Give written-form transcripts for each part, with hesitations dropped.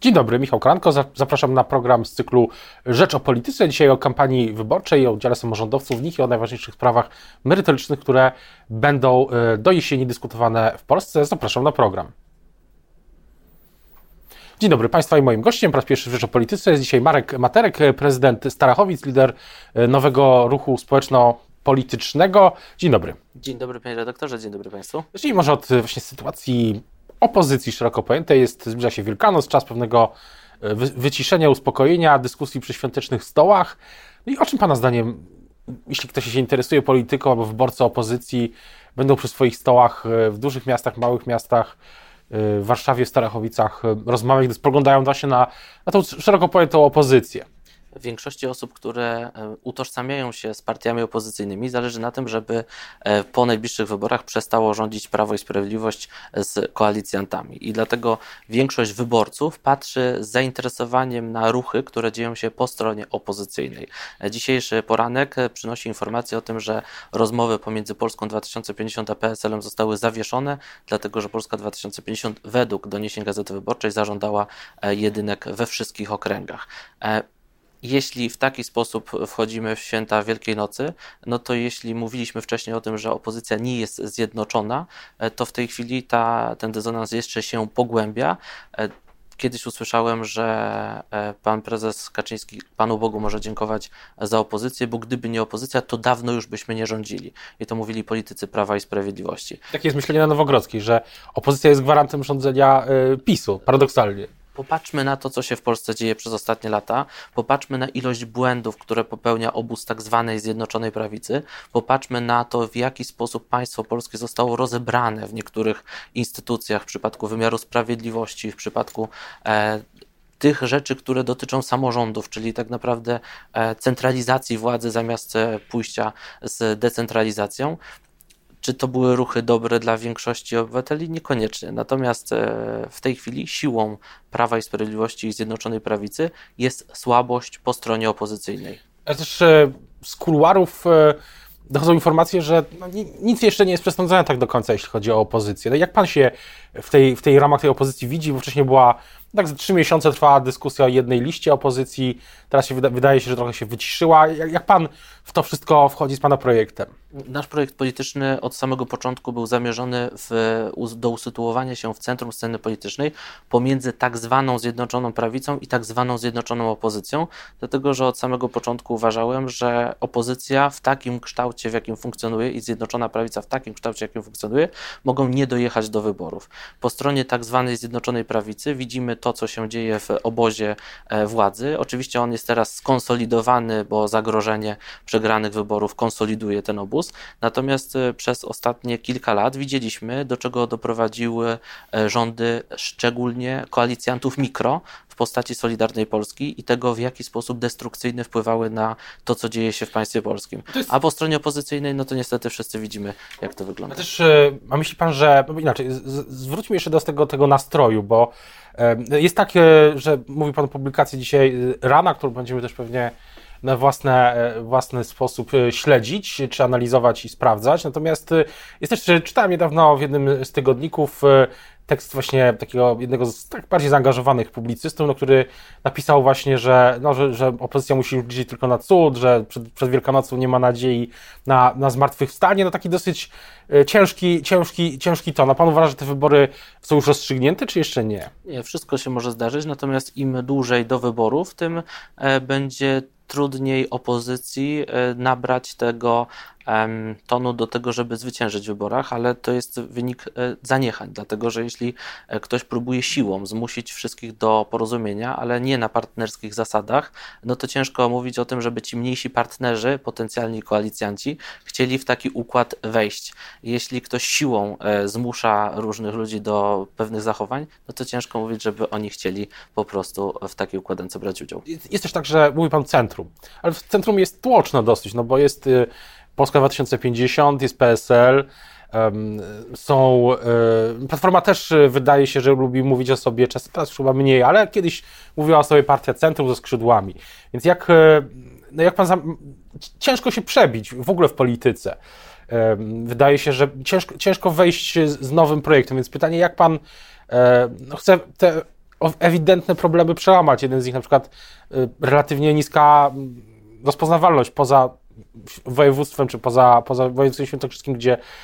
Dzień dobry, Michał Kolanko. Zapraszam na program z cyklu Rzecz o Polityce. Dzisiaj o kampanii wyborczej, o udziale samorządowców w nich i o najważniejszych sprawach merytorycznych, które będą do jesieni dyskutowane w Polsce. Zapraszam na program. Dzień dobry Państwa i moim gościem po raz pierwszy w Rzecz o Polityce jest dzisiaj Marek Materek, prezydent Starachowic, lider nowego ruchu społeczno-politycznego. Dzień dobry. Dzień dobry panie redaktorze, dzień dobry Państwu. Zacznijmy może od właśnie sytuacji opozycji szeroko pojętej. Zbliża się Wielkanoc, czas pewnego wyciszenia, uspokojenia, dyskusji przy świątecznych stołach. No i o czym Pana zdaniem, jeśli ktoś się interesuje polityką albo wyborcy opozycji, będą przy swoich stołach w dużych miastach, małych miastach, w Warszawie, w Starachowicach rozmawiać, gdy spoglądają właśnie na tą szeroko pojętą opozycję? Większości osób, które utożsamiają się z partiami opozycyjnymi, zależy na tym, żeby po najbliższych wyborach przestało rządzić Prawo i Sprawiedliwość z koalicjantami. I dlatego większość wyborców patrzy z zainteresowaniem na ruchy, które dzieją się po stronie opozycyjnej. Dzisiejszy poranek przynosi informację o tym, że rozmowy pomiędzy Polską 2050 a PSL-em zostały zawieszone, dlatego że Polska 2050 według doniesień Gazety Wyborczej zażądała jedynek we wszystkich okręgach. Jeśli w taki sposób wchodzimy w święta Wielkiej Nocy, no to jeśli mówiliśmy wcześniej o tym, że opozycja nie jest zjednoczona, to w tej chwili ten dysonans jeszcze się pogłębia. Kiedyś usłyszałem, że pan prezes Kaczyński Panu Bogu może dziękować za opozycję, bo gdyby nie opozycja, to dawno już byśmy nie rządzili. I to mówili politycy Prawa i Sprawiedliwości. Takie jest myślenie na Nowogrodzkiej, że opozycja jest gwarantem rządzenia PiS-u, paradoksalnie. Popatrzmy na to, co się w Polsce dzieje przez ostatnie lata. Popatrzmy na ilość błędów, które popełnia obóz tak zwanej Zjednoczonej Prawicy. Popatrzmy na to, w jaki sposób państwo polskie zostało rozebrane w niektórych instytucjach, w przypadku wymiaru sprawiedliwości, w przypadku tych rzeczy, które dotyczą samorządów, czyli tak naprawdę centralizacji władzy zamiast pójścia z decentralizacją. Czy to były ruchy dobre dla większości obywateli? Niekoniecznie. Natomiast w tej chwili siłą Prawa i Sprawiedliwości i Zjednoczonej Prawicy jest słabość po stronie opozycyjnej. Ale też z kuluarów dochodzą informacje, że nic jeszcze nie jest przesądzone tak do końca, jeśli chodzi o opozycję. No jak Pan się w tej ramach tej opozycji widzi? Bo wcześniej była, tak za 3 miesiące trwała dyskusja o jednej liście opozycji, teraz się wydaje się, że trochę się wyciszyła. Jak Pan w to wszystko wchodzi z Pana projektem? Nasz projekt polityczny od samego początku był zamierzony do usytuowania się w centrum sceny politycznej pomiędzy tak zwaną Zjednoczoną Prawicą i tak zwaną Zjednoczoną Opozycją, dlatego że od samego początku uważałem, że opozycja w takim kształcie, w jakim funkcjonuje i Zjednoczona Prawica w takim kształcie, w jakim funkcjonuje, mogą nie dojechać do wyborów. Po stronie tak zwanej Zjednoczonej Prawicy widzimy to, co się dzieje w obozie władzy. Oczywiście on jest teraz skonsolidowany, bo zagrożenie przegranych wyborów konsoliduje ten obóz. Natomiast przez ostatnie kilka lat widzieliśmy, do czego doprowadziły rządy, szczególnie koalicjantów mikro w postaci Solidarnej Polski i tego, w jaki sposób destrukcyjny wpływały na to, co dzieje się w państwie polskim. A po stronie opozycyjnej, no to niestety wszyscy widzimy, jak to wygląda. A myśli Pan, że inaczej, zwróćmy jeszcze do tego nastroju, bo jest tak, że mówi Pan o publikacji dzisiaj rana, którą będziemy też pewnie na własny sposób śledzić, czy analizować i sprawdzać. Natomiast jest też, czytałem niedawno w jednym z tygodników tekst właśnie takiego jednego z tak bardziej zaangażowanych publicystów, który napisał właśnie, że opozycja musi liczyć tylko na cud, że przed Wielkanocą nie ma nadziei na zmartwychwstanie. No taki dosyć ciężki ton. A Pan uważa, że te wybory są już rozstrzygnięte, czy jeszcze nie? Nie, wszystko się może zdarzyć, natomiast im dłużej do wyborów, tym będzie trudniej opozycji nabrać tego tonu do tego, żeby zwyciężyć w wyborach, ale to jest wynik zaniechań, dlatego że jeśli ktoś próbuje siłą zmusić wszystkich do porozumienia, ale nie na partnerskich zasadach, no to ciężko mówić o tym, żeby ci mniejsi partnerzy, potencjalni koalicjanci, chcieli w taki układ wejść. Jeśli ktoś siłą zmusza różnych ludzi do pewnych zachowań, no to ciężko mówić, żeby oni chcieli po prostu w takiej układance brać udział. Jest też tak, że mówi Pan centrum, ale w centrum jest tłoczno dosyć, no bo jest Polska 2050, jest PSL, Platforma też wydaje się, że lubi mówić o sobie, teraz chyba mniej, ale kiedyś mówiła o sobie partia centrum ze skrzydłami. Więc jak ciężko się przebić w ogóle w polityce. Wydaje się, że ciężko wejść z nowym projektem, więc pytanie, jak Pan chce te ewidentne problemy przełamać. Jeden z nich na przykład relatywnie niska rozpoznawalność poza województwem, czy poza województwem świętokrzyskim,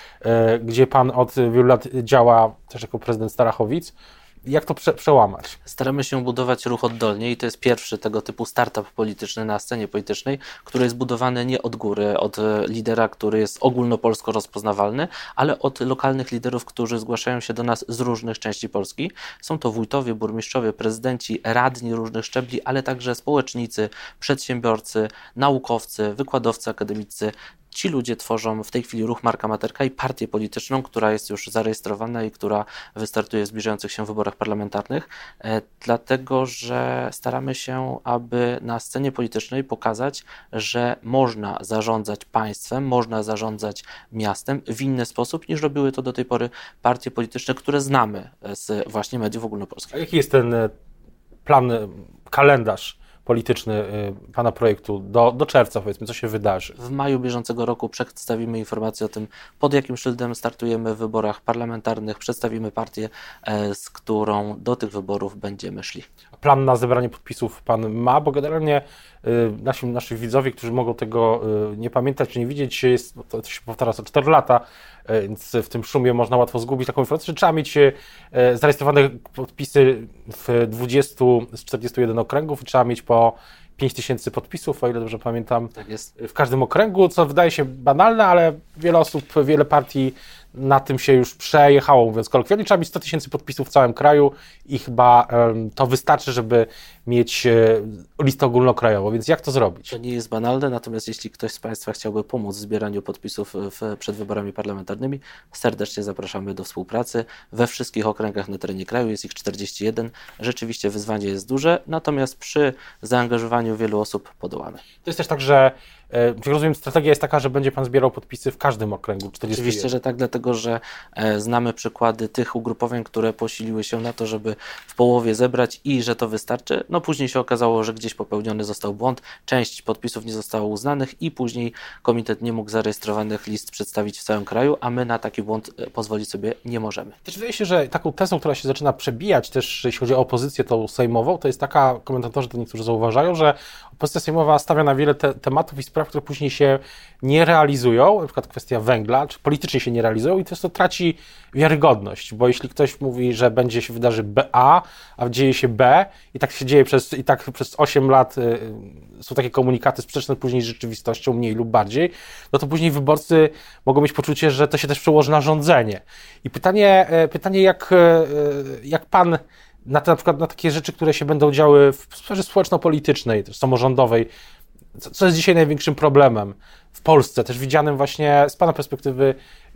gdzie pan od wielu lat działa też jako prezydent Starachowic. Jak to przełamać? Staramy się budować ruch oddolnie i to jest pierwszy tego typu startup polityczny na scenie politycznej, który jest budowany nie od góry, od lidera, który jest ogólnopolsko rozpoznawalny, ale od lokalnych liderów, którzy zgłaszają się do nas z różnych części Polski. Są to wójtowie, burmistrzowie, prezydenci, radni różnych szczebli, ale także społecznicy, przedsiębiorcy, naukowcy, wykładowcy akademiccy. Ci ludzie tworzą w tej chwili ruch Marka Materka i partię polityczną, która jest już zarejestrowana i która wystartuje w zbliżających się wyborach parlamentarnych, dlatego że staramy się, aby na scenie politycznej pokazać, że można zarządzać państwem, można zarządzać miastem w inny sposób, niż robiły to do tej pory partie polityczne, które znamy z właśnie mediów ogólnopolskich. A jaki jest ten plan, kalendarz polityczny pana projektu do czerwca, powiedzmy, co się wydarzy? W maju bieżącego roku przedstawimy informację o tym, pod jakim szyldem startujemy w wyborach parlamentarnych, przedstawimy partię, z którą do tych wyborów będziemy szli. Plan na zebranie podpisów pan ma, bo generalnie nasi widzowie, którzy mogą tego nie pamiętać czy nie widzieć, to się powtarza co 4 lata, więc w tym szumie można łatwo zgubić taką informację, że trzeba mieć zarejestrowane podpisy w 20 z 41 okręgów i trzeba mieć po 5000 podpisów, o ile dobrze pamiętam, Tak jest. w każdym okręgu, co wydaje się banalne, ale wiele osób, wiele partii na tym się już przejechało, mówiąc kolokwialnie. Trzeba mieć 100 000 podpisów w całym kraju i chyba to wystarczy, żeby mieć listę ogólnokrajową, więc jak to zrobić? To nie jest banalne, natomiast jeśli ktoś z Państwa chciałby pomóc w zbieraniu podpisów przed wyborami parlamentarnymi, serdecznie zapraszamy do współpracy. We wszystkich okręgach na terenie kraju jest ich 41. Rzeczywiście wyzwanie jest duże, natomiast przy zaangażowaniu wielu osób podołamy. To jest też tak, że jak rozumiem, strategia jest taka, że będzie pan zbierał podpisy w każdym okręgu 41. Oczywiście, że tak, dlatego że znamy przykłady tych ugrupowań, które posiliły się na to, żeby w połowie zebrać i że to wystarczy. No później się okazało, że gdzieś popełniony został błąd, część podpisów nie została uznanych i później komitet nie mógł zarejestrowanych list przedstawić w całym kraju, a my na taki błąd pozwolić sobie nie możemy. Też wydaje się, że taką tezą, która się zaczyna przebijać też, jeśli chodzi o opozycję tą sejmową, to jest taka, komentatorzy to niektórzy zauważają, że opozycja sejmowa stawia na wiele tematów i spraw, które później się nie realizują, na przykład kwestia węgla, czy politycznie się nie realizują i to traci wiarygodność, bo jeśli ktoś mówi, że będzie się wydarzy A, a dzieje się B i tak się dzieje przez 8 lat są takie komunikaty sprzeczne później z rzeczywistością, mniej lub bardziej, no to później wyborcy mogą mieć poczucie, że to się też przełoży na rządzenie. I pytanie jak pan na przykład na takie rzeczy, które się będą działy w sferze społeczno-politycznej, też samorządowej, co jest dzisiaj największym problemem w Polsce, też widzianym właśnie z pana perspektywy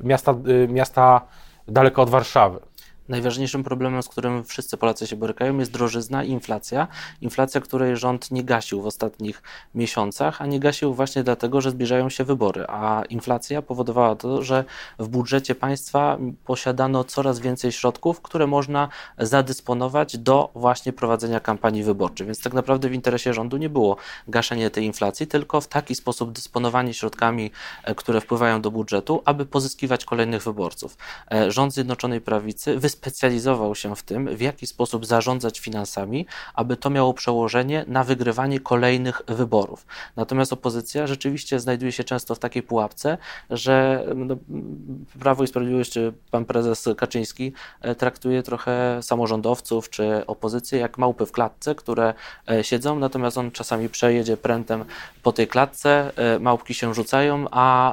miasta daleko od Warszawy? Najważniejszym problemem, z którym wszyscy Polacy się borykają, jest drożyzna i inflacja. Inflacja, której rząd nie gasił w ostatnich miesiącach, a nie gasił właśnie dlatego, że zbliżają się wybory. A inflacja powodowała to, że w budżecie państwa posiadano coraz więcej środków, które można zadysponować do właśnie prowadzenia kampanii wyborczej. Więc tak naprawdę w interesie rządu nie było gaszenie tej inflacji, tylko w taki sposób dysponowanie środkami, które wpływają do budżetu, aby pozyskiwać kolejnych wyborców. Rząd Zjednoczonej Prawicy wyspecjalizował się w tym, w jaki sposób zarządzać finansami, aby to miało przełożenie na wygrywanie kolejnych wyborów. Natomiast opozycja rzeczywiście znajduje się często w takiej pułapce, że Prawo i Sprawiedliwość, czy pan prezes Kaczyński traktuje trochę samorządowców, czy opozycję jak małpy w klatce, które siedzą, natomiast on czasami przejedzie prętem po tej klatce, małpki się rzucają,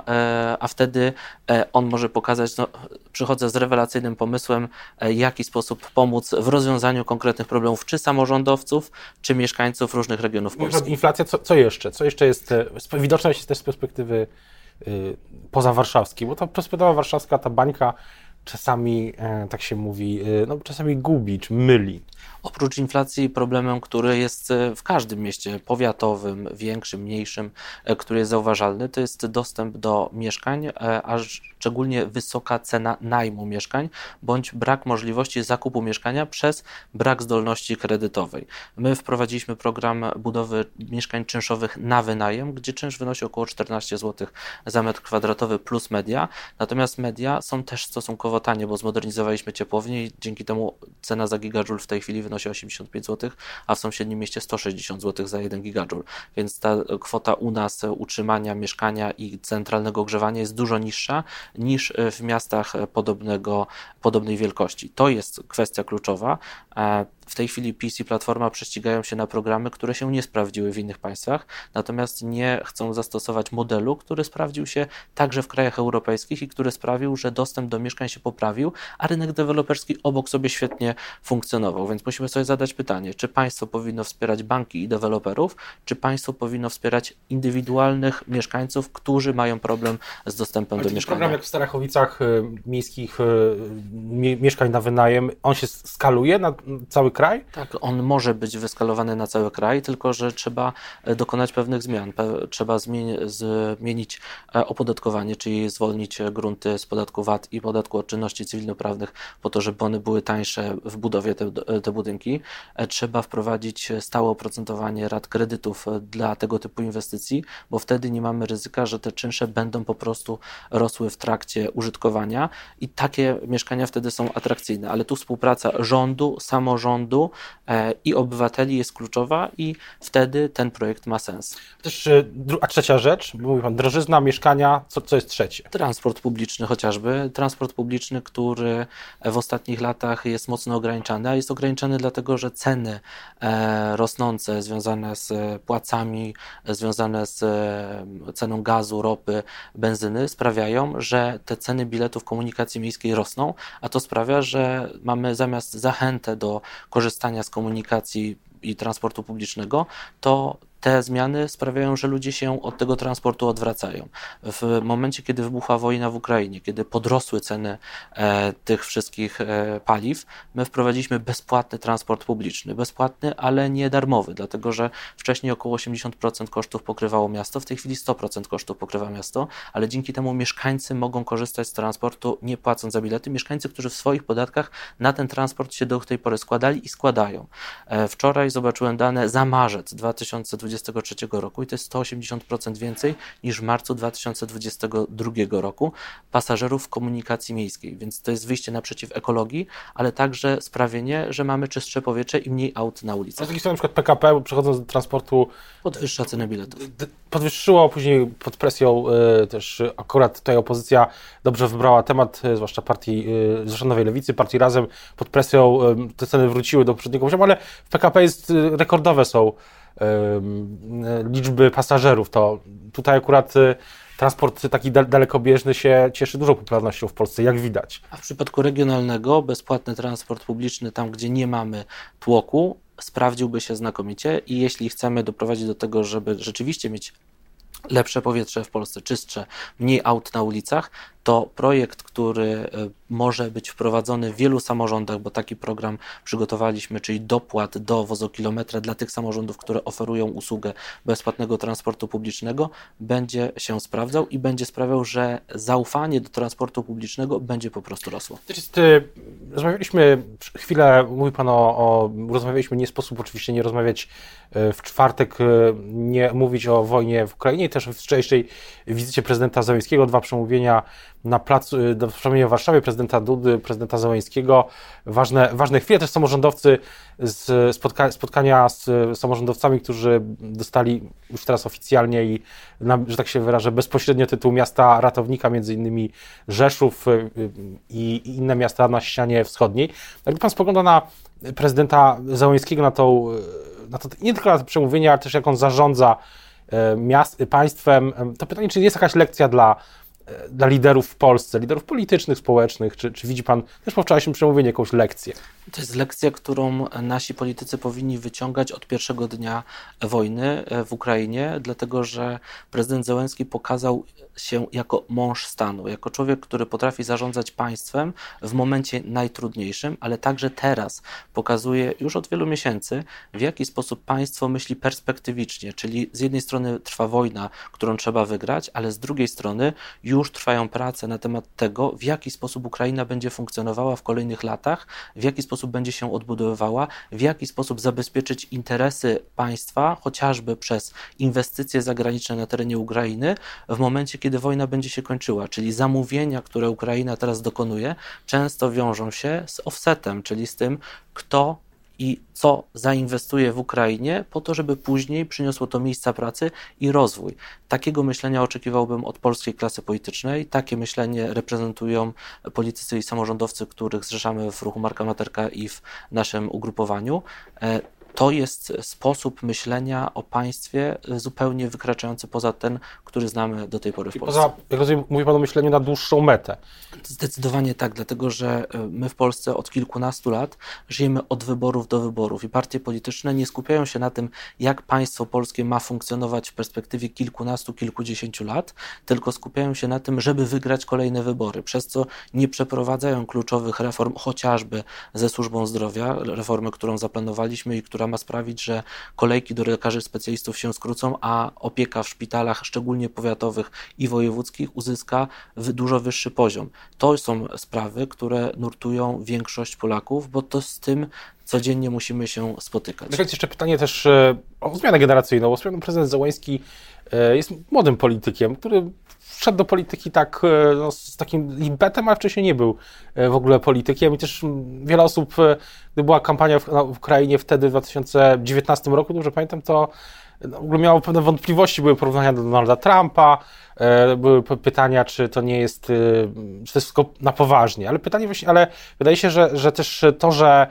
a wtedy on może pokazać, przychodzę z rewelacyjnym pomysłem, w jaki sposób pomóc w rozwiązaniu konkretnych problemów, czy samorządowców, czy mieszkańców różnych regionów Polski. Inflacja, co jeszcze? Co jeszcze jest widoczne jest też z perspektywy pozawarszawskiej, bo ta perspektywa warszawska, ta bańka czasami, tak się mówi, czasami gubi czy myli. Oprócz inflacji problemem, który jest w każdym mieście powiatowym, większym, mniejszym, który jest zauważalny, to jest dostęp do mieszkań, aż szczególnie wysoka cena najmu mieszkań, bądź brak możliwości zakupu mieszkania przez brak zdolności kredytowej. My wprowadziliśmy program budowy mieszkań czynszowych na wynajem, gdzie czynsz wynosi około 14 zł za metr kwadratowy plus media, natomiast media są też stosunkowo tanie, bo zmodernizowaliśmy ciepłownię i dzięki temu cena za gigajoule w tej chwili wynosi 85 zł, a w sąsiednim mieście 160 zł za 1 gigajoule, więc ta kwota u nas utrzymania mieszkania i centralnego ogrzewania jest dużo niższa niż w miastach podobnej wielkości. To jest kwestia kluczowa. W tej chwili PiS i Platforma prześcigają się na programy, które się nie sprawdziły w innych państwach, natomiast nie chcą zastosować modelu, który sprawdził się także w krajach europejskich i który sprawił, że dostęp do mieszkań się poprawił, a rynek deweloperski obok sobie świetnie funkcjonował. Więc musimy sobie zadać pytanie, czy państwo powinno wspierać banki i deweloperów, czy państwo powinno wspierać indywidualnych mieszkańców, którzy mają problem z dostępem do mieszkania. Program jak w Starachowicach miejskich mieszkań na wynajem, on się skaluje na cały kraj? Tak, on może być wyskalowany na cały kraj, tylko że trzeba dokonać pewnych zmian. Trzeba zmienić opodatkowanie, czyli zwolnić grunty z podatku VAT i podatku od czynności cywilnoprawnych po to, żeby one były tańsze w budowie te budynki. Trzeba wprowadzić stałe oprocentowanie rat kredytów dla tego typu inwestycji, bo wtedy nie mamy ryzyka, że te czynsze będą po prostu rosły w trakcie użytkowania i takie mieszkania wtedy są atrakcyjne. Ale tu współpraca rządu, samorządu i obywateli jest kluczowa i wtedy ten projekt ma sens. Też, a trzecia rzecz, bo mówi pan, drożyzna, mieszkania, co jest trzecie? Transport publiczny chociażby. Transport publiczny, który w ostatnich latach jest mocno ograniczany, a jest ograniczany dlatego, że ceny rosnące związane z płacami, związane z ceną gazu, ropy, benzyny sprawiają, że te ceny biletów komunikacji miejskiej rosną, a to sprawia, że mamy zamiast zachętę do korzystania z komunikacji i transportu publicznego, to te zmiany sprawiają, że ludzie się od tego transportu odwracają. W momencie, kiedy wybuchła wojna w Ukrainie, kiedy podrosły ceny tych wszystkich paliw, my wprowadziliśmy bezpłatny transport publiczny. Bezpłatny, ale nie darmowy, dlatego że wcześniej około 80% kosztów pokrywało miasto, w tej chwili 100% kosztów pokrywa miasto, ale dzięki temu mieszkańcy mogą korzystać z transportu nie płacąc za bilety. Mieszkańcy, którzy w swoich podatkach na ten transport się do tej pory składali i składają. Wczoraj zobaczyłem dane za marzec 2023 roku i to jest 180% więcej niż w marcu 2022 roku pasażerów w komunikacji miejskiej, więc to jest wyjście naprzeciw ekologii, ale także sprawienie, że mamy czystsze powietrze i mniej aut na ulicach. Z drugiej strony na przykład PKP, przechodząc do transportu, podwyższa cenę biletów. Podwyższyło, później pod presją też akurat tutaj opozycja dobrze wybrała temat, zwłaszcza partii, zwłaszcza Nowej Lewicy, partii Razem, pod presją te ceny wróciły do poprzedniego poziomu, ale w PKP rekordowe są liczby pasażerów, to tutaj akurat transport taki dalekobieżny się cieszy dużą popularnością w Polsce, jak widać. A w przypadku regionalnego bezpłatny transport publiczny tam, gdzie nie mamy tłoku, sprawdziłby się znakomicie i jeśli chcemy doprowadzić do tego, żeby rzeczywiście mieć lepsze powietrze w Polsce, czystsze, mniej aut na ulicach, to projekt, który może być wprowadzony w wielu samorządach, bo taki program przygotowaliśmy, czyli dopłat do wozokilometra dla tych samorządów, które oferują usługę bezpłatnego transportu publicznego, będzie się sprawdzał i będzie sprawiał, że zaufanie do transportu publicznego będzie po prostu rosło. Rozmawialiśmy chwilę, mówi pan rozmawialiśmy, nie sposób oczywiście nie rozmawiać w czwartek, nie mówić o wojnie w Ukrainie i też w wczorajszej wizycie prezydenta Zełenskiego, 2 przemówienia na placu, do przemówienia w Warszawie, prezydenta Dudy, prezydenta Zełenskiego. Ważne chwile, też samorządowcy, spotkania z samorządowcami, którzy dostali już teraz oficjalnie i, że tak się wyrażę, bezpośrednio tytuł miasta ratownika, między innymi Rzeszów i inne miasta na ścianie wschodniej. Jakby pan spogląda na prezydenta Zełenskiego, na to, nie tylko na to przemówienie, ale też jak on zarządza państwem, to pytanie, czy jest jakaś lekcja dla liderów w Polsce, liderów politycznych, społecznych, czy widzi pan też po wczorajszym przemówieniu jakąś lekcję? To jest lekcja, którą nasi politycy powinni wyciągać od pierwszego dnia wojny w Ukrainie, dlatego że prezydent Zełenski pokazał się jako mąż stanu, jako człowiek, który potrafi zarządzać państwem w momencie najtrudniejszym, ale także teraz pokazuje już od wielu miesięcy, w jaki sposób państwo myśli perspektywicznie, czyli z jednej strony trwa wojna, którą trzeba wygrać, ale z drugiej strony już już trwają prace na temat tego, w jaki sposób Ukraina będzie funkcjonowała w kolejnych latach, w jaki sposób będzie się odbudowywała, w jaki sposób zabezpieczyć interesy państwa, chociażby przez inwestycje zagraniczne na terenie Ukrainy, w momencie, kiedy wojna będzie się kończyła. Czyli zamówienia, które Ukraina teraz dokonuje, często wiążą się z offsetem, czyli z tym, kto i co zainwestuje w Ukrainie po to, żeby później przyniosło to miejsca pracy i rozwój. Takiego myślenia oczekiwałbym od polskiej klasy politycznej. Takie myślenie reprezentują politycy i samorządowcy, których zrzeszamy w ruchu Marka Materka i w naszym ugrupowaniu. To jest sposób myślenia o państwie zupełnie wykraczający poza ten, który znamy do tej pory w Polsce. Jak rozumiem, mówi Pan o myśleniu na dłuższą metę. Zdecydowanie tak, dlatego że my w Polsce od kilkunastu lat żyjemy od wyborów do wyborów i partie polityczne nie skupiają się na tym, jak państwo polskie ma funkcjonować w perspektywie kilkunastu, kilkudziesięciu lat, tylko skupiają się na tym, żeby wygrać kolejne wybory, przez co nie przeprowadzają kluczowych reform, chociażby ze służbą zdrowia, reformy, którą zaplanowaliśmy i która ma sprawić, że kolejki do lekarzy specjalistów się skrócą, a opieka w szpitalach, szczególnie powiatowych i wojewódzkich, uzyska dużo wyższy poziom. To są sprawy, które nurtują większość Polaków, bo to z tym codziennie musimy się spotykać. Tak, jeszcze pytanie też o zmianę generacyjną. Wspomniany prezydent Zełenski jest młodym politykiem, który wszedł do polityki tak, z takim impetem, ale wcześniej nie był w ogóle politykiem i też wiele osób, gdy była kampania w Ukrainie wtedy w 2019 roku, dobrze pamiętam, to w ogóle miało pewne wątpliwości, były porównania do Donalda Trumpa, były pytania, czy to nie jest, czy to jest wszystko na poważnie, ale pytanie właśnie, ale wydaje się, że też to, że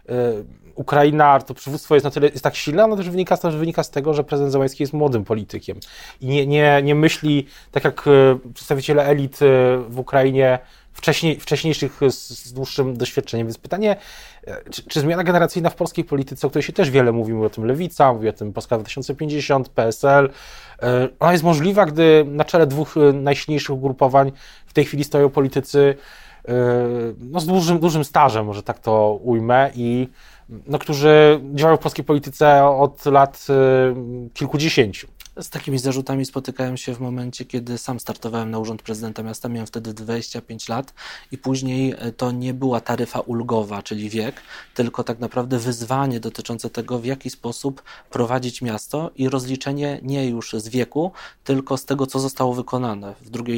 Ukraina, to przywództwo jest na tyle, jest tak silne, ono też wynika z tego, że prezydent Zełenski jest młodym politykiem i nie myśli tak jak przedstawiciele elit w Ukrainie wcześniejszych z dłuższym doświadczeniem. Więc pytanie, czy zmiana generacyjna w polskiej polityce, o której się też wiele mówi, mówi o tym Lewica, mówi o tym Polska 2050, PSL, ona jest możliwa, gdy na czele dwóch najsilniejszych ugrupowań w tej chwili stoją politycy z dużym stażem, może tak to ujmę, i którzy działają w polskiej polityce od lat kilkudziesięciu. Z takimi zarzutami spotykałem się w momencie, kiedy sam startowałem na urząd prezydenta miasta, miałem wtedy 25 lat i później to nie była taryfa ulgowa, czyli wiek, tylko tak naprawdę wyzwanie dotyczące tego, w jaki sposób prowadzić miasto i rozliczenie nie już z wieku, tylko z tego, co zostało wykonane.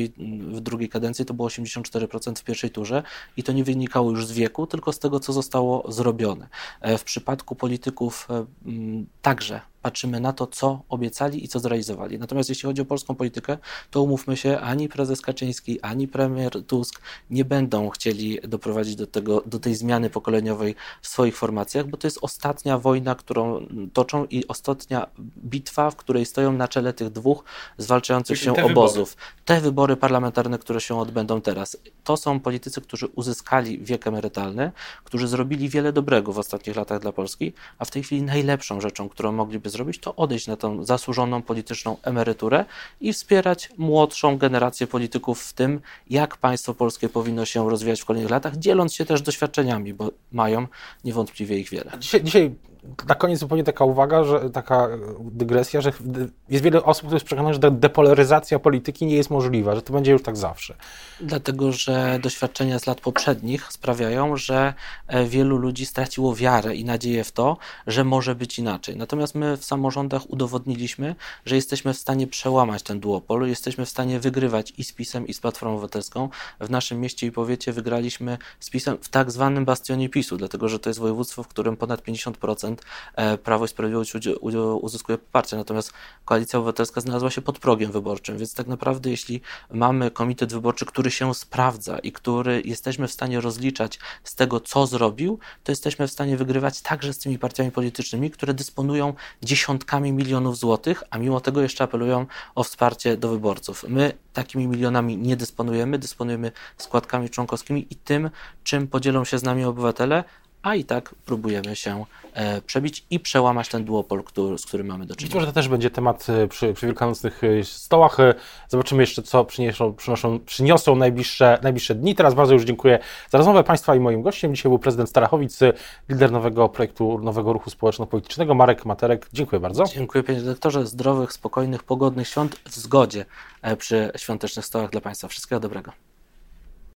W drugiej kadencji to było 84% w pierwszej turze i to nie wynikało już z wieku, tylko z tego, co zostało zrobione. W przypadku polityków także patrzymy na to, co obiecali i co zrealizowali. Natomiast jeśli chodzi o polską politykę, to umówmy się, ani prezes Kaczyński, ani premier Tusk nie będą chcieli doprowadzić do tej zmiany pokoleniowej w swoich formacjach, bo to jest ostatnia wojna, którą toczą i ostatnia bitwa, w której stoją na czele tych dwóch zwalczających się obozów. Te wybory parlamentarne, które się odbędą teraz, to są politycy, którzy uzyskali wiek emerytalny, którzy zrobili wiele dobrego w ostatnich latach dla Polski, a w tej chwili najlepszą rzeczą, którą mogliby zrobić, to odejść na tą zasłużoną polityczną emeryturę i wspierać młodszą generację polityków w tym, jak państwo polskie powinno się rozwijać w kolejnych latach, dzieląc się też doświadczeniami, bo mają niewątpliwie ich wiele. Dzisiaj na koniec zupełnie taka uwaga, taka dygresja, że jest wiele osób, które jest przekonane, że depolaryzacja polityki nie jest możliwa, że to będzie już tak zawsze. Dlatego, że doświadczenia z lat poprzednich sprawiają, że wielu ludzi straciło wiarę i nadzieję w to, że może być inaczej. Natomiast my w samorządach udowodniliśmy, że jesteśmy w stanie przełamać ten duopol, jesteśmy w stanie wygrywać i z PiS-em, i z Platformą Obywatelską. W naszym mieście i powiecie wygraliśmy z PiS-em w tak zwanym bastionie PiS-u, dlatego, że to jest województwo, w którym ponad 50% Prawo i Sprawiedliwość uzyskuje poparcie, natomiast Koalicja Obywatelska znalazła się pod progiem wyborczym, więc tak naprawdę jeśli mamy komitet wyborczy, który się sprawdza i który jesteśmy w stanie rozliczać z tego, co zrobił, to jesteśmy w stanie wygrywać także z tymi partiami politycznymi, które dysponują dziesiątkami milionów złotych, a mimo tego jeszcze apelują o wsparcie do wyborców. My takimi milionami nie dysponujemy składkami członkowskimi i tym, czym podzielą się z nami obywatele, a i tak próbujemy się przebić i przełamać ten duopol, z którym mamy do czynienia. Być może to też będzie temat przy wielkanocnych stołach. Zobaczymy jeszcze, co przyniosą najbliższe dni. Teraz bardzo już dziękuję za rozmowę Państwa i moim gościem. Dzisiaj był prezydent Starachowic, lider nowego projektu, nowego ruchu społeczno-politycznego, Marek Materek. Dziękuję bardzo. Dziękuję panie redaktorze. Zdrowych, spokojnych, pogodnych świąt w zgodzie przy świątecznych stołach dla Państwa. Wszystkiego dobrego.